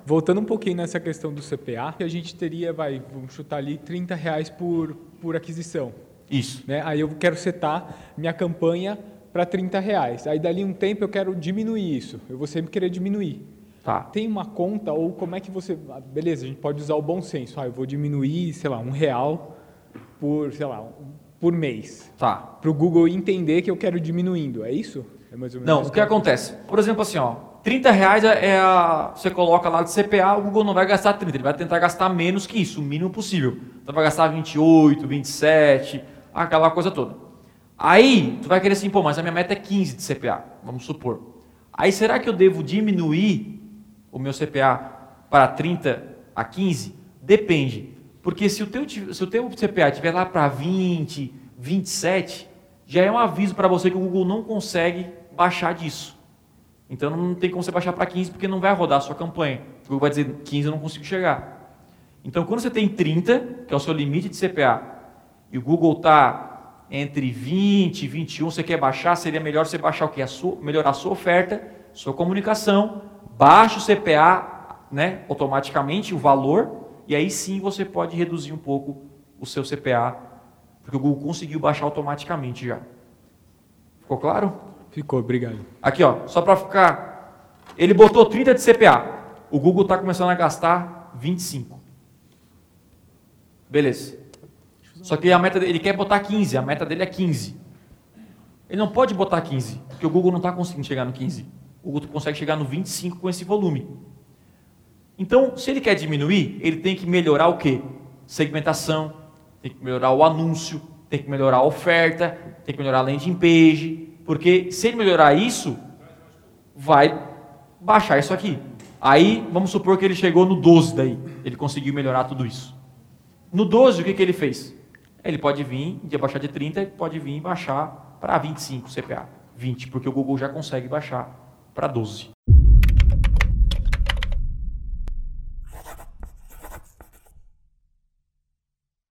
Voltando um pouquinho nessa questão do CPA, a gente teria, vamos chutar ali, R$30 por aquisição. Isso. Né? Aí eu quero setar minha campanha para R$30. Aí dali um tempo eu quero diminuir isso. Eu vou sempre querer diminuir. Tá. Tem uma conta ou como é que você... Beleza, a gente pode usar o bom senso. Eu vou diminuir, sei lá, R$1 por, sei lá, por mês. Tá. Para o Google entender que eu quero diminuindo. É isso? É mais ou menos Não, isso o que acontece? Por exemplo, assim, ó, R$30 você coloca lá de CPA, o Google não vai gastar 30, ele vai tentar gastar menos que isso, o mínimo possível. Então vai gastar 28, 27, aquela coisa toda. Aí, tu vai querer assim, pô, mas a minha meta é 15 de CPA, vamos supor. Aí, será que eu devo diminuir o meu CPA para 30 a 15? Depende. Porque se o teu CPA estiver lá para 20, 27, já é um aviso para você que o Google não consegue baixar disso. Então não tem como você baixar para 15 porque não vai rodar a sua campanha. O Google vai dizer 15 eu não consigo chegar. Então quando você tem 30, que é o seu limite de CPA, e o Google está entre 20 e 21, você quer baixar, seria melhor você baixar o quê? Melhorar a sua oferta, sua comunicação, baixa o CPA, né, automaticamente, o valor, e aí sim você pode reduzir um pouco o seu CPA, porque o Google conseguiu baixar automaticamente já. Ficou claro? Ficou, obrigado. Aqui, ó, só para ficar... Ele botou 30 de CPA. O Google está começando a gastar 25. Beleza. Só que a meta dele, ele quer botar 15, a meta dele é 15. Ele não pode botar 15, porque o Google não está conseguindo chegar no 15. O Google consegue chegar no 25 com esse volume. Então, se ele quer diminuir, ele tem que melhorar o quê? Segmentação, tem que melhorar o anúncio, tem que melhorar a oferta, tem que melhorar a landing page, porque se ele melhorar isso, vai baixar isso aqui. Aí, vamos supor que ele chegou no 12 daí, ele conseguiu melhorar tudo isso. No 12, o que ele fez? Ele pode vir, de baixar de 30, ele pode vir e baixar para 25 CPA, 20, porque o Google já consegue baixar para 12.